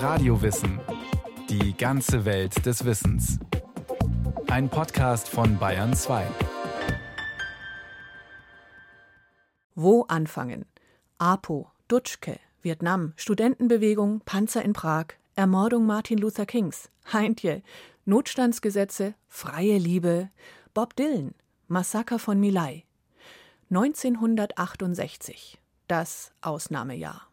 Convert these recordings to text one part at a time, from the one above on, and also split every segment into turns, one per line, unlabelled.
Radiowissen. Die ganze Welt des Wissens. Ein Podcast von Bayern 2.
Wo anfangen? APO, Dutschke, Vietnam, Studentenbewegung, Panzer in Prag, Ermordung Martin Luther Kings, Heintje, Notstandsgesetze, freie Liebe, Bob Dylan, Massaker von My Lai. 1968, das Ausnahmejahr.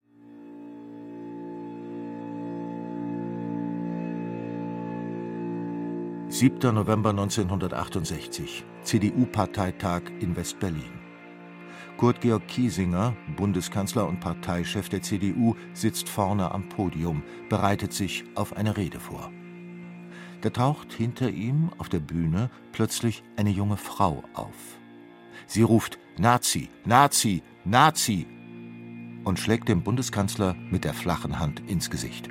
»7. November 1968, CDU-Parteitag in West-Berlin. Kurt-Georg Kiesinger, Bundeskanzler und Parteichef der CDU, sitzt vorne am Podium, bereitet sich auf eine Rede vor. Da taucht hinter ihm auf der Bühne plötzlich eine junge Frau auf. Sie ruft »Nazi, Nazi, Nazi« und schlägt dem Bundeskanzler mit der flachen Hand ins Gesicht.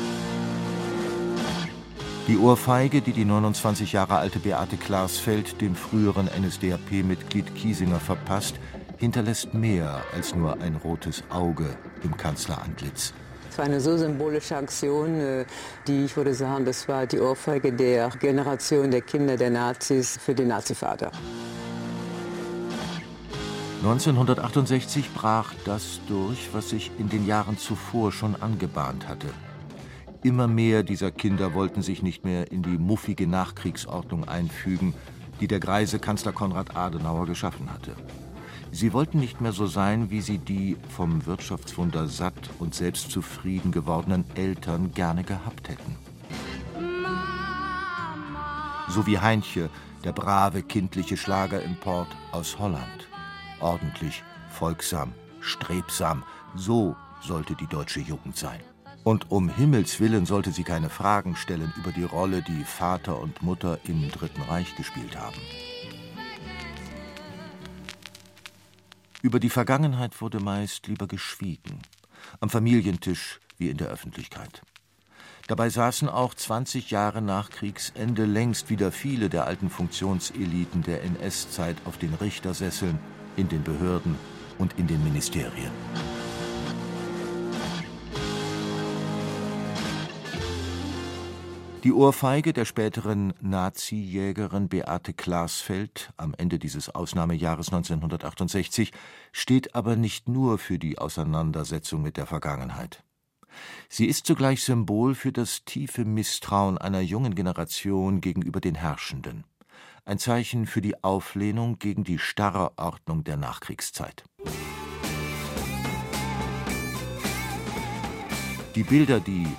Die Ohrfeige, die 29 Jahre alte Beate Klarsfeld dem früheren NSDAP-Mitglied Kiesinger verpasst, hinterlässt mehr als nur ein rotes Auge im Kanzlerantlitz.
Es war eine so symbolische Aktion, ich würde sagen, das war die Ohrfeige der Generation der Kinder der Nazis für den Nazivater.
1968 brach das durch, was sich in den Jahren zuvor schon angebahnt hatte. Immer mehr dieser Kinder wollten sich nicht mehr in die muffige Nachkriegsordnung einfügen, die der greise Kanzler Konrad Adenauer geschaffen hatte. Sie wollten nicht mehr so sein, wie sie die vom Wirtschaftswunder satt und selbstzufrieden gewordenen Eltern gerne gehabt hätten. So wie Heintje, der brave kindliche Schlagerimport aus Holland. Ordentlich, folgsam, strebsam, so sollte die deutsche Jugend sein. Und um Himmels Willen sollte sie keine Fragen stellen über die Rolle, die Vater und Mutter im Dritten Reich gespielt haben. Über die Vergangenheit wurde meist lieber geschwiegen, am Familientisch wie in der Öffentlichkeit. Dabei saßen auch 20 Jahre nach Kriegsende längst wieder viele der alten Funktionseliten der NS-Zeit auf den Richtersesseln, in den Behörden und in den Ministerien. Die Ohrfeige der späteren Nazi-Jägerin Beate Klarsfeld am Ende dieses Ausnahmejahres 1968 steht aber nicht nur für die Auseinandersetzung mit der Vergangenheit. Sie ist zugleich Symbol für das tiefe Misstrauen einer jungen Generation gegenüber den Herrschenden. Ein Zeichen für die Auflehnung gegen die starre Ordnung der Nachkriegszeit. Die Bilder, die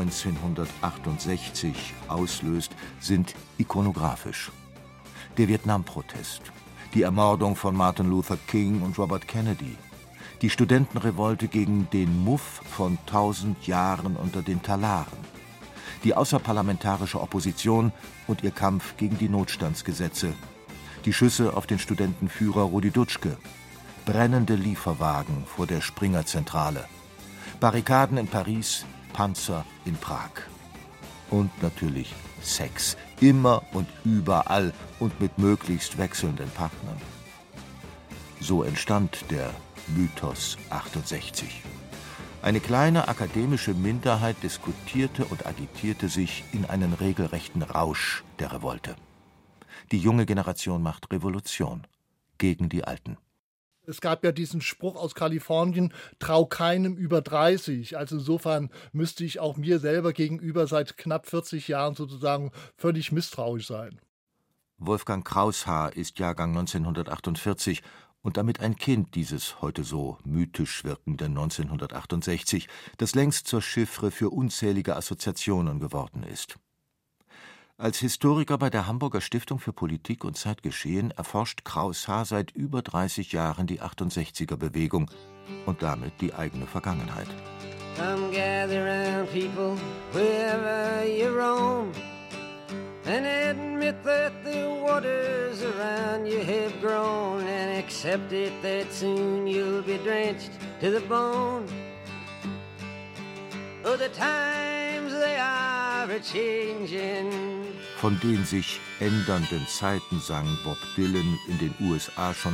1968 auslöst, sind ikonografisch. Der Vietnam-Protest, die Ermordung von Martin Luther King und Robert Kennedy, die Studentenrevolte gegen den Muff von 1000 Jahren unter den Talaren, die außerparlamentarische Opposition und ihr Kampf gegen die Notstandsgesetze, die Schüsse auf den Studentenführer Rudi Dutschke, brennende Lieferwagen vor der Springer-Zentrale, Barrikaden in Paris, Panzer in Prag. Und natürlich Sex, immer und überall und mit möglichst wechselnden Partnern. So entstand der Mythos 68. Eine kleine akademische Minderheit diskutierte und agitierte sich in einen regelrechten Rausch der Revolte. Die junge Generation macht Revolution gegen die Alten.
Es gab ja diesen Spruch aus Kalifornien, trau keinem über 30. Also insofern müsste ich auch mir selber gegenüber seit knapp 40 Jahren sozusagen völlig misstrauisch sein.
Wolfgang Kraushaar ist Jahrgang 1948 und damit ein Kind dieses heute so mythisch wirkenden 1968, das längst zur Chiffre für unzählige Assoziationen geworden ist. Als Historiker bei der Hamburger Stiftung für Politik und Zeitgeschehen erforscht Kraushaar seit über 30 Jahren die 68er-Bewegung und damit die eigene Vergangenheit.
Come gather round people wherever you roam and admit that the waters around you have grown and accept it that soon you'll be drenched to the bone. Oh, the times they are a-changin'.
Von den sich ändernden Zeiten sang Bob Dylan in den USA schon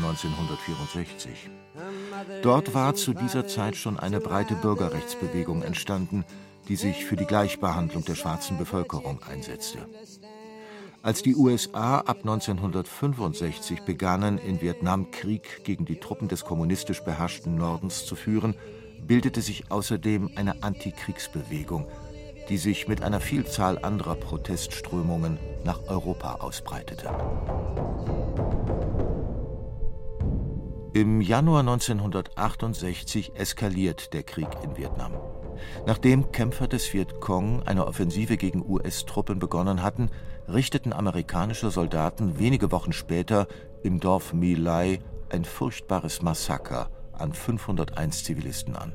1964. Dort war zu dieser Zeit schon eine breite Bürgerrechtsbewegung entstanden, die sich für die Gleichbehandlung der schwarzen Bevölkerung einsetzte. Als die USA ab 1965 begannen, in Vietnam Krieg gegen die Truppen des kommunistisch beherrschten Nordens zu führen, bildete sich außerdem eine Antikriegsbewegung, die sich mit einer Vielzahl anderer Protestströmungen nach Europa ausbreitete. Im Januar 1968 eskaliert der Krieg in Vietnam. Nachdem Kämpfer des Vietcong eine Offensive gegen US-Truppen begonnen hatten, richteten amerikanische Soldaten wenige Wochen später im Dorf My Lai ein furchtbares Massaker an 501 Zivilisten an.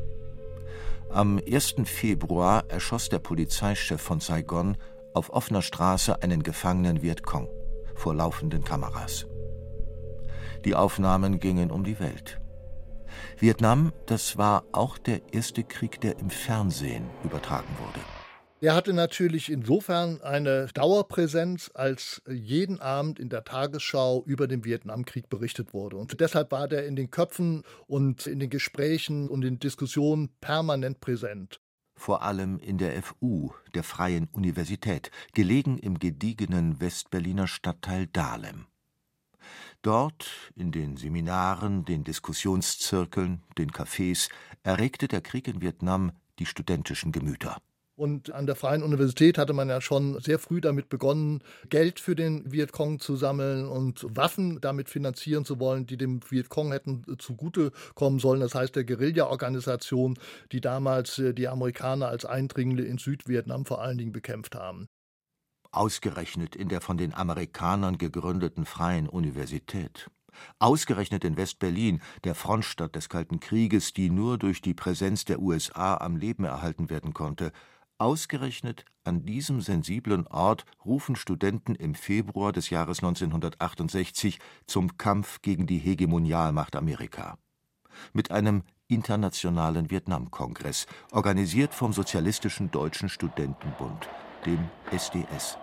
Am 1. Februar erschoss der Polizeichef von Saigon auf offener Straße einen gefangenen Vietcong vor laufenden Kameras. Die Aufnahmen gingen um die Welt. Vietnam, das war auch der erste Krieg, der im Fernsehen übertragen wurde.
Er hatte natürlich insofern eine Dauerpräsenz, als jeden Abend in der Tagesschau über den Vietnamkrieg berichtet wurde. Und deshalb war der in den Köpfen und in den Gesprächen und in Diskussionen permanent präsent.
Vor allem in der FU, der Freien Universität, gelegen im gediegenen Westberliner Stadtteil Dahlem. Dort, in den Seminaren, den Diskussionszirkeln, den Cafés, erregte der Krieg in Vietnam die studentischen Gemüter.
Und an der Freien Universität hatte man ja schon sehr früh damit begonnen, Geld für den Vietcong zu sammeln und Waffen damit finanzieren zu wollen, die dem Vietcong hätten zugutekommen sollen. Das heißt, der Guerilla-Organisation, die damals die Amerikaner als Eindringlinge in Südvietnam vor allen Dingen bekämpft haben.
Ausgerechnet in der von den Amerikanern gegründeten Freien Universität. Ausgerechnet in West-Berlin, der Frontstadt des Kalten Krieges, die nur durch die Präsenz der USA am Leben erhalten werden konnte. Ausgerechnet an diesem sensiblen Ort rufen Studenten im Februar des Jahres 1968 zum Kampf gegen die Hegemonialmacht Amerika. Mit einem internationalen Vietnamkongress, organisiert vom Sozialistischen Deutschen Studentenbund, dem SDS.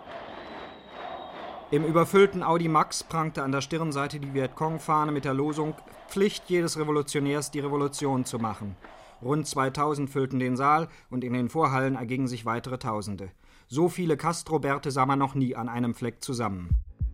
Im überfüllten Audi Max prangte an der Stirnseite die Vietcong-Fahne mit der Losung »Pflicht jedes Revolutionärs, die Revolution zu machen«. Rund 2000 füllten den Saal und in den Vorhallen ergingen sich weitere Tausende. So viele Castro-Bärte sah man noch nie an einem Fleck zusammen.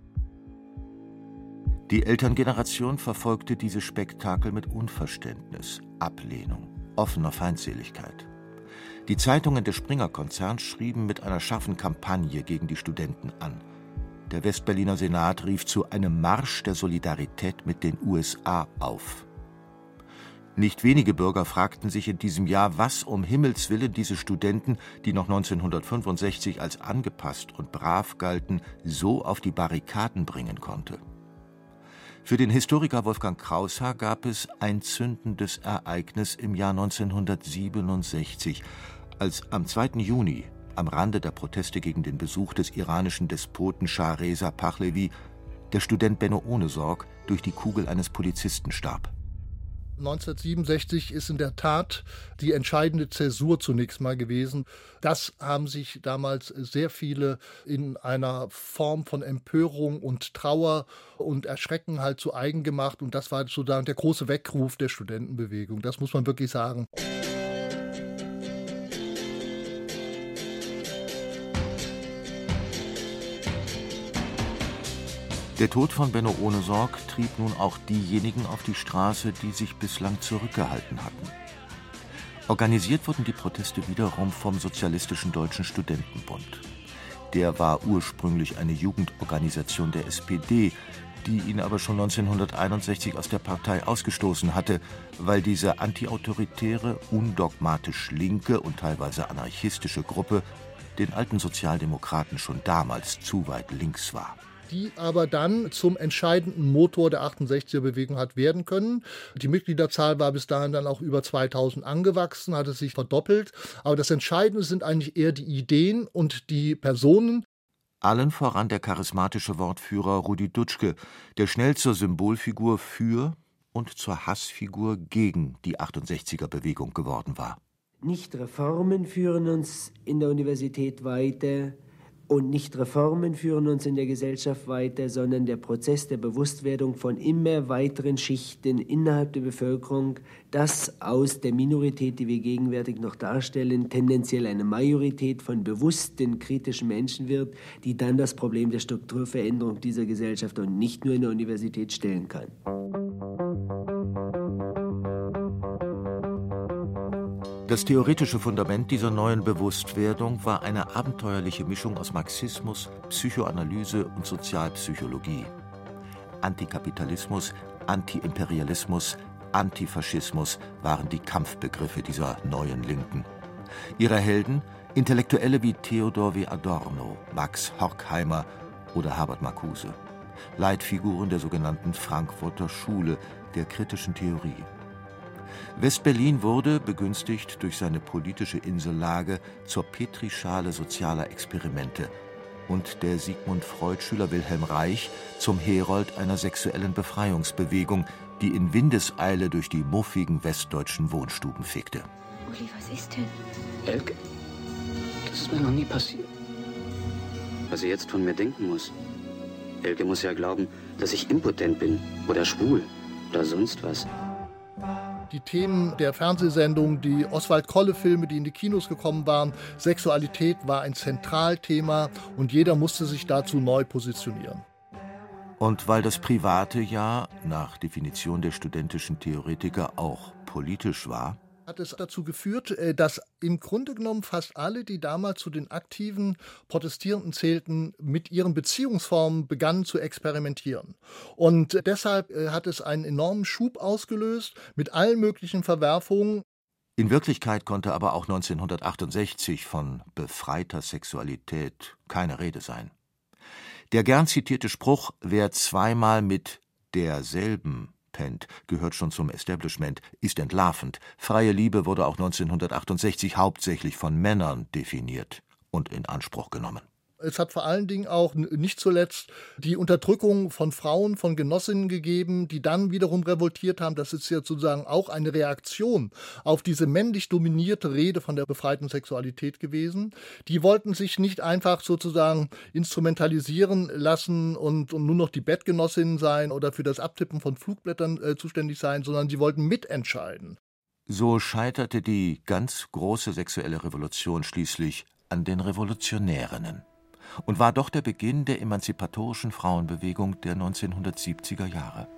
Die Elterngeneration verfolgte dieses Spektakel mit Unverständnis, Ablehnung, offener Feindseligkeit. Die Zeitungen des Springer-Konzerns schrieben mit einer scharfen Kampagne gegen die Studenten an. Der Westberliner Senat rief zu einem Marsch der Solidarität mit den USA auf. Nicht wenige Bürger fragten sich in diesem Jahr, was um Himmels Willen diese Studenten, die noch 1965 als angepasst und brav galten, so auf die Barrikaden bringen konnte. Für den Historiker Wolfgang Kraushaar gab es ein zündendes Ereignis im Jahr 1967, als am 2. Juni, am Rande der Proteste gegen den Besuch des iranischen Despoten Schah Reza Pahlavi, der Student Benno Ohnesorg durch die Kugel eines Polizisten starb.
1967 ist in der Tat die entscheidende Zäsur zunächst mal gewesen. Das haben sich damals sehr viele in einer Form von Empörung und Trauer und Erschrecken halt zu eigen gemacht. Und das war sozusagen der große Weckruf der Studentenbewegung. Das muss man wirklich sagen.
Der Tod von Benno Ohnesorg trieb nun auch diejenigen auf die Straße, die sich bislang zurückgehalten hatten. Organisiert wurden die Proteste wiederum vom Sozialistischen Deutschen Studentenbund. Der war ursprünglich eine Jugendorganisation der SPD, die ihn aber schon 1961 aus der Partei ausgestoßen hatte, weil diese antiautoritäre, undogmatisch linke und teilweise anarchistische Gruppe den alten Sozialdemokraten schon damals zu weit links war.
Die aber dann zum entscheidenden Motor der 68er-Bewegung hat werden können. Die Mitgliederzahl war bis dahin dann auch über 2000 angewachsen, hatte sich verdoppelt. Aber das Entscheidende sind eigentlich eher die Ideen und die Personen.
Allen voran der charismatische Wortführer Rudi Dutschke, der schnell zur Symbolfigur für und zur Hassfigur gegen die 68er-Bewegung geworden war.
Nicht Reformen führen uns in der Universität weiter, Und nicht Reformen führen uns in der Gesellschaft weiter, sondern der Prozess der Bewusstwerdung von immer weiteren Schichten innerhalb der Bevölkerung, dass aus der Minorität, die wir gegenwärtig noch darstellen, tendenziell eine Majorität von bewussten, kritischen Menschen wird, die dann das Problem der Strukturveränderung dieser Gesellschaft und nicht nur in der Universität stellen kann.
Das theoretische Fundament dieser neuen Bewusstwerdung war eine abenteuerliche Mischung aus Marxismus, Psychoanalyse und Sozialpsychologie. Antikapitalismus, Antiimperialismus, Antifaschismus waren die Kampfbegriffe dieser neuen Linken. Ihre Helden, Intellektuelle wie Theodor W. Adorno, Max Horkheimer oder Herbert Marcuse. Leitfiguren der sogenannten Frankfurter Schule der kritischen Theorie. West-Berlin wurde, begünstigt durch seine politische Insellage, zur Petrischale sozialer Experimente und der Sigmund-Freud-Schüler Wilhelm Reich zum Herold einer sexuellen Befreiungsbewegung, die in Windeseile durch die muffigen westdeutschen Wohnstuben fegte.
Uli, was ist denn?
Elke, das ist mir noch nie passiert. Was sie jetzt von mir denken muss. Elke muss ja glauben, dass ich impotent bin oder schwul oder sonst was.
Die Themen der Fernsehsendungen, die Oswald-Kolle-Filme, die in die Kinos gekommen waren, Sexualität war ein Zentralthema und jeder musste sich dazu neu positionieren.
Und weil das Private ja, nach Definition der studentischen Theoretiker, auch politisch war,
hat es dazu geführt, dass im Grunde genommen fast alle, die damals zu den aktiven Protestierenden zählten, mit ihren Beziehungsformen begannen zu experimentieren. Und deshalb hat es einen enormen Schub ausgelöst mit allen möglichen Verwerfungen.
In Wirklichkeit konnte aber auch 1968 von befreiter Sexualität keine Rede sein. Der gern zitierte Spruch, wer zweimal mit derselben pennt, gehört schon zum Establishment, ist entlarvend. Freie Liebe wurde auch 1968 hauptsächlich von Männern definiert und in Anspruch genommen.
Es hat vor allen Dingen auch nicht zuletzt die Unterdrückung von Frauen, von Genossinnen gegeben, die dann wiederum revoltiert haben. Das ist ja sozusagen auch eine Reaktion auf diese männlich dominierte Rede von der befreiten Sexualität gewesen. Die wollten sich nicht einfach sozusagen instrumentalisieren lassen und nur noch die Bettgenossinnen sein oder für das Abtippen von Flugblättern zuständig sein, sondern sie wollten mitentscheiden.
So scheiterte die ganz große sexuelle Revolution schließlich an den Revolutionärinnen und war doch der Beginn der emanzipatorischen Frauenbewegung der 1970er Jahre.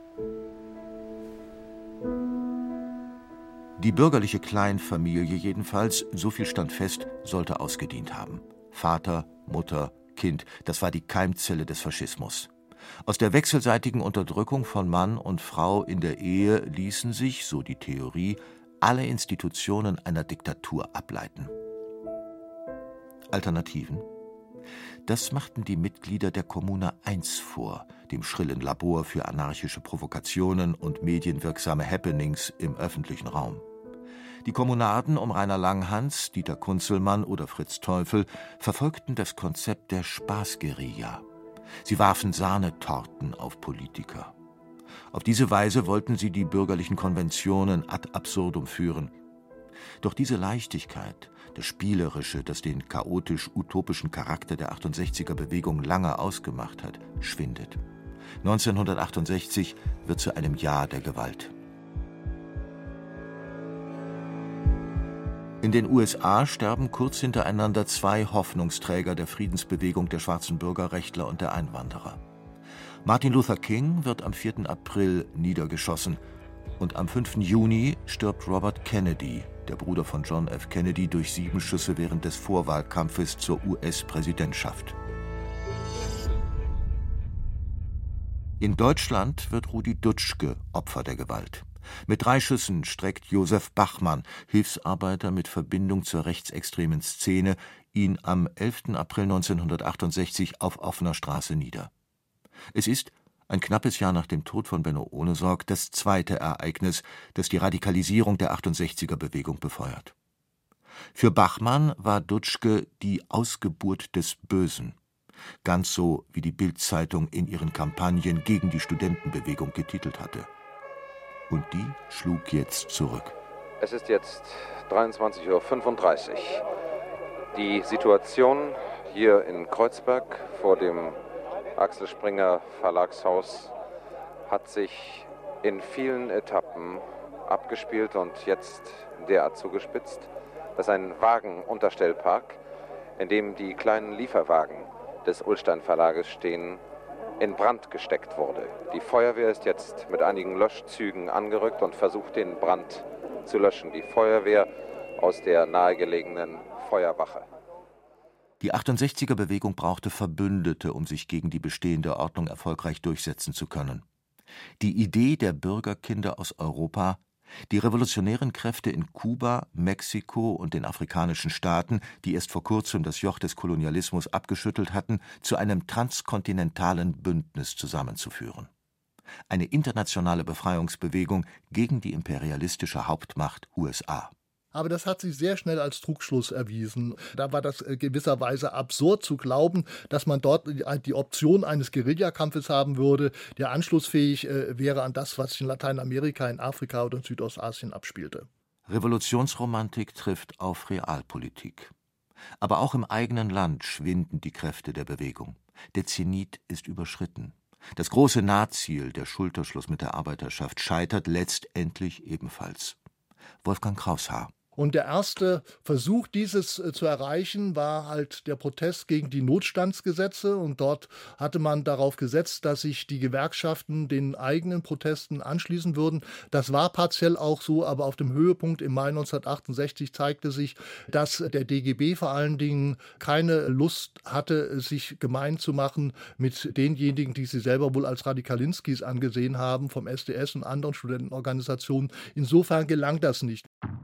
Die bürgerliche Kleinfamilie jedenfalls, so viel stand fest, sollte ausgedient haben. Vater, Mutter, Kind, das war die Keimzelle des Faschismus. Aus der wechselseitigen Unterdrückung von Mann und Frau in der Ehe ließen sich, so die Theorie, alle Institutionen einer Diktatur ableiten. Alternativen? Das machten die Mitglieder der Kommuna 1 vor, dem schrillen Labor für anarchische Provokationen und medienwirksame Happenings im öffentlichen Raum. Die Kommunarden um Rainer Langhans, Dieter Kunzelmann oder Fritz Teufel verfolgten das Konzept der Spaßguerilla. Sie warfen Sahnetorten auf Politiker. Auf diese Weise wollten sie die bürgerlichen Konventionen ad absurdum führen. Doch diese Leichtigkeit, das Spielerische, das den chaotisch-utopischen Charakter der 68er-Bewegung lange ausgemacht hat, schwindet. 1968 wird zu einem Jahr der Gewalt. In den USA sterben kurz hintereinander zwei Hoffnungsträger der Friedensbewegung der schwarzen Bürgerrechtler und der Einwanderer. Martin Luther King wird am 4. April niedergeschossen und am 5. Juni stirbt Robert Kennedy, der Bruder von John F. Kennedy, durch 7 Schüsse während des Vorwahlkampfes zur US-Präsidentschaft. In Deutschland wird Rudi Dutschke Opfer der Gewalt. Mit 3 Schüssen streckt Josef Bachmann, Hilfsarbeiter mit Verbindung zur rechtsextremen Szene, ihn am 11. April 1968 auf offener Straße nieder. Es ist, ein knappes Jahr nach dem Tod von Benno Ohnesorg, das zweite Ereignis, das die Radikalisierung der 68er-Bewegung befeuert. Für Bachmann war Dutschke die Ausgeburt des Bösen, ganz so wie die Bild-Zeitung in ihren Kampagnen gegen die Studentenbewegung getitelt hatte. Und die schlug jetzt zurück.
Es ist jetzt 23:35 Uhr. Die Situation
Hier in Kreuzberg vor dem Axel Springer Verlagshaus hat sich in vielen Etappen abgespielt und jetzt derart zugespitzt, dass ein Wagenunterstellpark, in dem die kleinen Lieferwagen des Ullstein Verlages stehen, in Brand gesteckt wurde. Die Feuerwehr ist jetzt mit einigen Löschzügen angerückt und versucht, den Brand zu löschen. Die Feuerwehr aus der nahegelegenen Feuerwache.
Die 68er-Bewegung brauchte Verbündete, um sich gegen die bestehende Ordnung erfolgreich durchsetzen zu können. Die Idee der Bürgerkinder aus Europa, die revolutionären Kräfte in Kuba, Mexiko und den afrikanischen Staaten, die erst vor kurzem das Joch des Kolonialismus abgeschüttelt hatten, zu einem transkontinentalen Bündnis zusammenzuführen. Eine internationale Befreiungsbewegung gegen die imperialistische Hauptmacht USA.
Aber das hat sich sehr schnell als Trugschluss erwiesen. Da war das gewisserweise absurd zu glauben, dass man dort die Option eines Guerillakampfes haben würde, der anschlussfähig wäre an das, was sich in Lateinamerika, in Afrika oder in Südostasien abspielte.
Revolutionsromantik trifft auf Realpolitik. Aber auch im eigenen Land schwinden die Kräfte der Bewegung. Der Zenit ist überschritten. Das große Nahziel, der Schulterschluss mit der Arbeiterschaft, scheitert letztendlich ebenfalls. Wolfgang Kraushaar.
Und der erste Versuch, dieses zu erreichen, war halt der Protest gegen die Notstandsgesetze. Und dort hatte man darauf gesetzt, dass sich die Gewerkschaften den eigenen Protesten anschließen würden. Das war partiell auch so, aber auf dem Höhepunkt im Mai 1968 zeigte sich, dass der DGB vor allen Dingen keine Lust hatte, sich gemein zu machen mit denjenigen, die sie selber wohl als Radikalinskis angesehen haben, vom SDS und anderen Studentenorganisationen. Insofern gelang das nicht.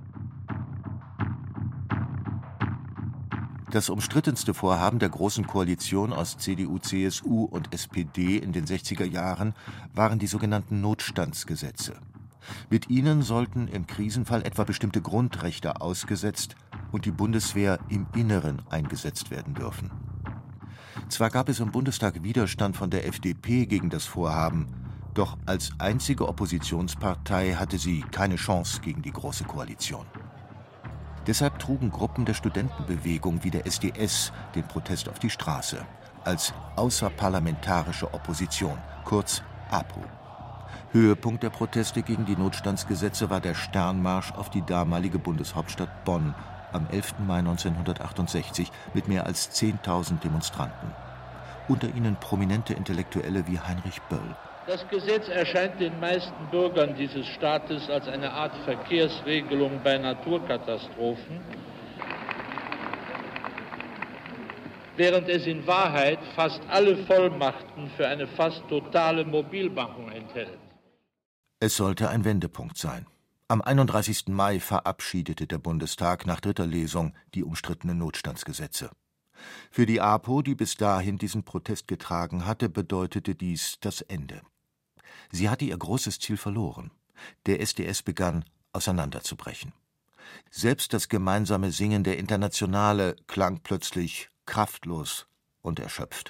Das umstrittenste Vorhaben der Großen Koalition aus CDU, CSU und SPD in den 60er Jahren waren die sogenannten Notstandsgesetze. Mit ihnen sollten im Krisenfall etwa bestimmte Grundrechte ausgesetzt und die Bundeswehr im Inneren eingesetzt werden dürfen. Zwar gab es im Bundestag Widerstand von der FDP gegen das Vorhaben, doch als einzige Oppositionspartei hatte sie keine Chance gegen die Große Koalition. Deshalb trugen Gruppen der Studentenbewegung wie der SDS den Protest auf die Straße, als außerparlamentarische Opposition, kurz APO. Höhepunkt der Proteste gegen die Notstandsgesetze war der Sternmarsch auf die damalige Bundeshauptstadt Bonn am 11. Mai 1968 mit mehr als 10.000 Demonstranten. Unter ihnen prominente Intellektuelle wie Heinrich Böll.
Das Gesetz erscheint den meisten Bürgern dieses Staates als eine Art Verkehrsregelung bei Naturkatastrophen, während es in Wahrheit fast alle Vollmachten für eine fast totale Mobilmachung enthält.
Es sollte ein Wendepunkt sein. Am 31. Mai verabschiedete der Bundestag nach dritter Lesung die umstrittenen Notstandsgesetze. Für die APO, die bis dahin diesen Protest getragen hatte, bedeutete dies das Ende. Sie hatte ihr großes Ziel verloren. Der SDS begann auseinanderzubrechen. Selbst das gemeinsame Singen der Internationale klang plötzlich kraftlos und erschöpft.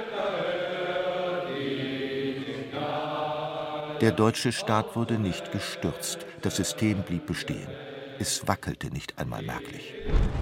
Der deutsche Staat wurde nicht gestürzt. Das System blieb bestehen. Es wackelte nicht einmal merklich.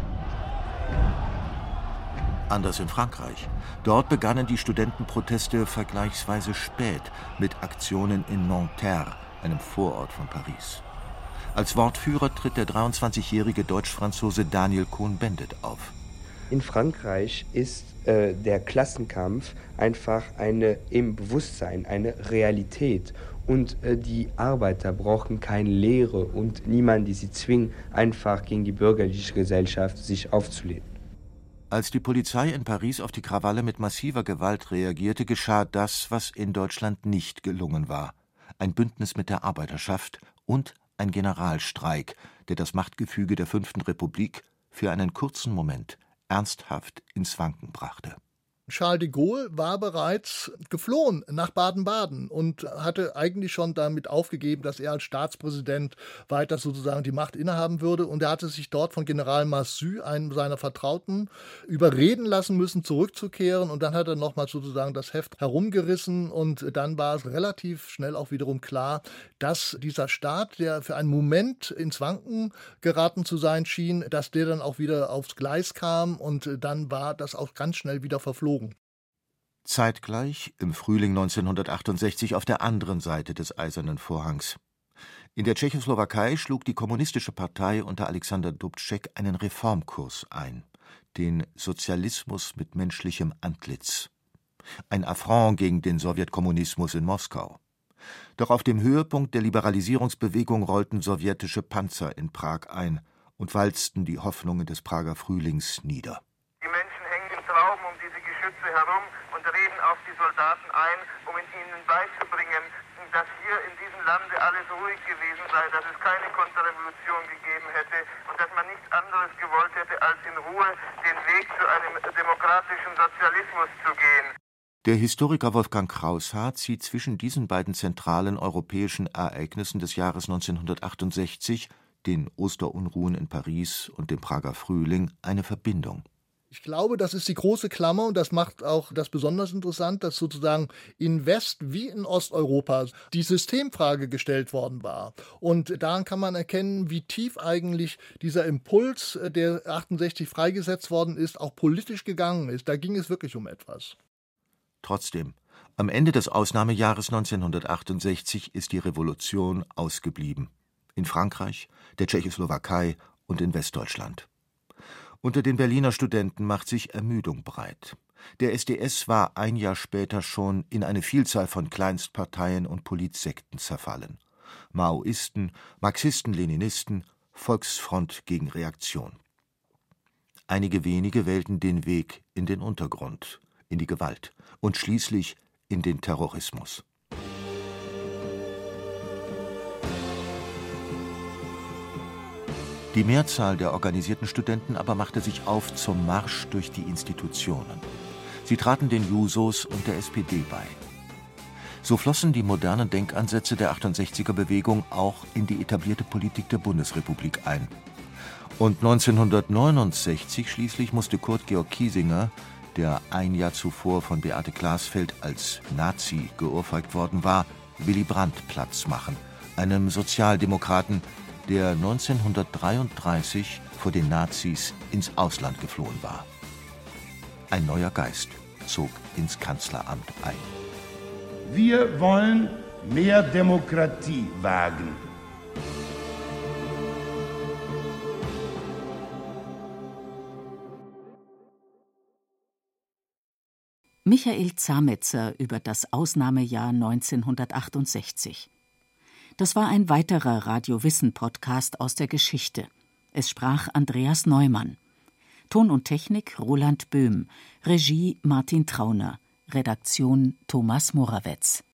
Anders in Frankreich. Dort begannen die Studentenproteste vergleichsweise spät mit Aktionen in Nanterre, einem Vorort von Paris. Als Wortführer tritt der 23-jährige Deutsch-Franzose Daniel Cohn-Bendit auf.
In Frankreich ist der Klassenkampf einfach im Bewusstsein, eine Realität. Und die Arbeiter brauchen keine Lehre und niemanden, die sie zwingen, einfach gegen die bürgerliche Gesellschaft sich aufzulehnen.
Als die Polizei in Paris auf die Krawalle mit massiver Gewalt reagierte, geschah das, was in Deutschland nicht gelungen war: ein Bündnis mit der Arbeiterschaft und ein Generalstreik, der das Machtgefüge der 5. Republik für einen kurzen Moment ernsthaft ins Wanken brachte.
Charles de Gaulle war bereits geflohen nach Baden-Baden und hatte eigentlich schon damit aufgegeben, dass er als Staatspräsident weiter sozusagen die Macht innehaben würde. Und er hatte sich dort von General Massu, einem seiner Vertrauten, überreden lassen müssen, zurückzukehren. Und dann hat er nochmal sozusagen das Heft herumgerissen. Und dann war es relativ schnell auch wiederum klar, dass dieser Staat, der für einen Moment ins Wanken geraten zu sein schien, dass der dann auch wieder aufs Gleis kam. Und dann war das auch ganz schnell wieder verflogen.
Zeitgleich im Frühling 1968 auf der anderen Seite des Eisernen Vorhangs. In der Tschechoslowakei schlug die Kommunistische Partei unter Alexander Dubček einen Reformkurs ein, den Sozialismus mit menschlichem Antlitz. Ein Affront gegen den Sowjetkommunismus in Moskau. Doch auf dem Höhepunkt der Liberalisierungsbewegung rollten sowjetische Panzer in Prag ein und walzten die Hoffnungen des Prager Frühlings nieder.
Trauben um diese Geschütze herum und reden auf die Soldaten ein, um ihnen beizubringen, dass hier in diesem Lande alles ruhig gewesen sei, dass es keine Konterrevolution gegeben hätte und dass man nichts anderes gewollt hätte, als in Ruhe den Weg zu einem demokratischen Sozialismus zu gehen.
Der Historiker Wolfgang Kraushaar zieht zwischen diesen beiden zentralen europäischen Ereignissen des Jahres 1968, den Osterunruhen in Paris und dem Prager Frühling, eine Verbindung.
Ich glaube, das ist die große Klammer und das macht auch das besonders interessant, dass sozusagen in West- wie in Osteuropa die Systemfrage gestellt worden war. Und daran kann man erkennen, wie tief eigentlich dieser Impuls, der 68 freigesetzt worden ist, auch politisch gegangen ist. Da ging es wirklich um etwas.
Trotzdem, am Ende des Ausnahmejahres 1968 ist die Revolution ausgeblieben. In Frankreich, der Tschechoslowakei und in Westdeutschland. Unter den Berliner Studenten macht sich Ermüdung breit. Der SDS war ein Jahr später schon in eine Vielzahl von Kleinstparteien und Politsekten zerfallen. Maoisten, Marxisten-Leninisten, Volksfront gegen Reaktion. Einige wenige wählten den Weg in den Untergrund, in die Gewalt und schließlich in den Terrorismus. Die Mehrzahl der organisierten Studenten aber machte sich auf zum Marsch durch die Institutionen. Sie traten den Jusos und der SPD bei. So flossen die modernen Denkansätze der 68er-Bewegung auch in die etablierte Politik der Bundesrepublik ein. Und 1969 schließlich musste Kurt Georg Kiesinger, der ein Jahr zuvor von Beate Glasfeld als Nazi geohrfeigt worden war, Willy Brandt Platz machen, einem Sozialdemokraten, der 1933 vor den Nazis ins Ausland geflohen war. Ein neuer Geist zog ins Kanzleramt ein.
Wir wollen mehr Demokratie wagen.
Michael Zametzer über das Ausnahmejahr 1968. Das war ein weiterer Radio-Wissen-Podcast aus der Geschichte. Es sprach Andreas Neumann. Ton und Technik Roland Böhm. Regie Martin Trauner. Redaktion Thomas Morawetz.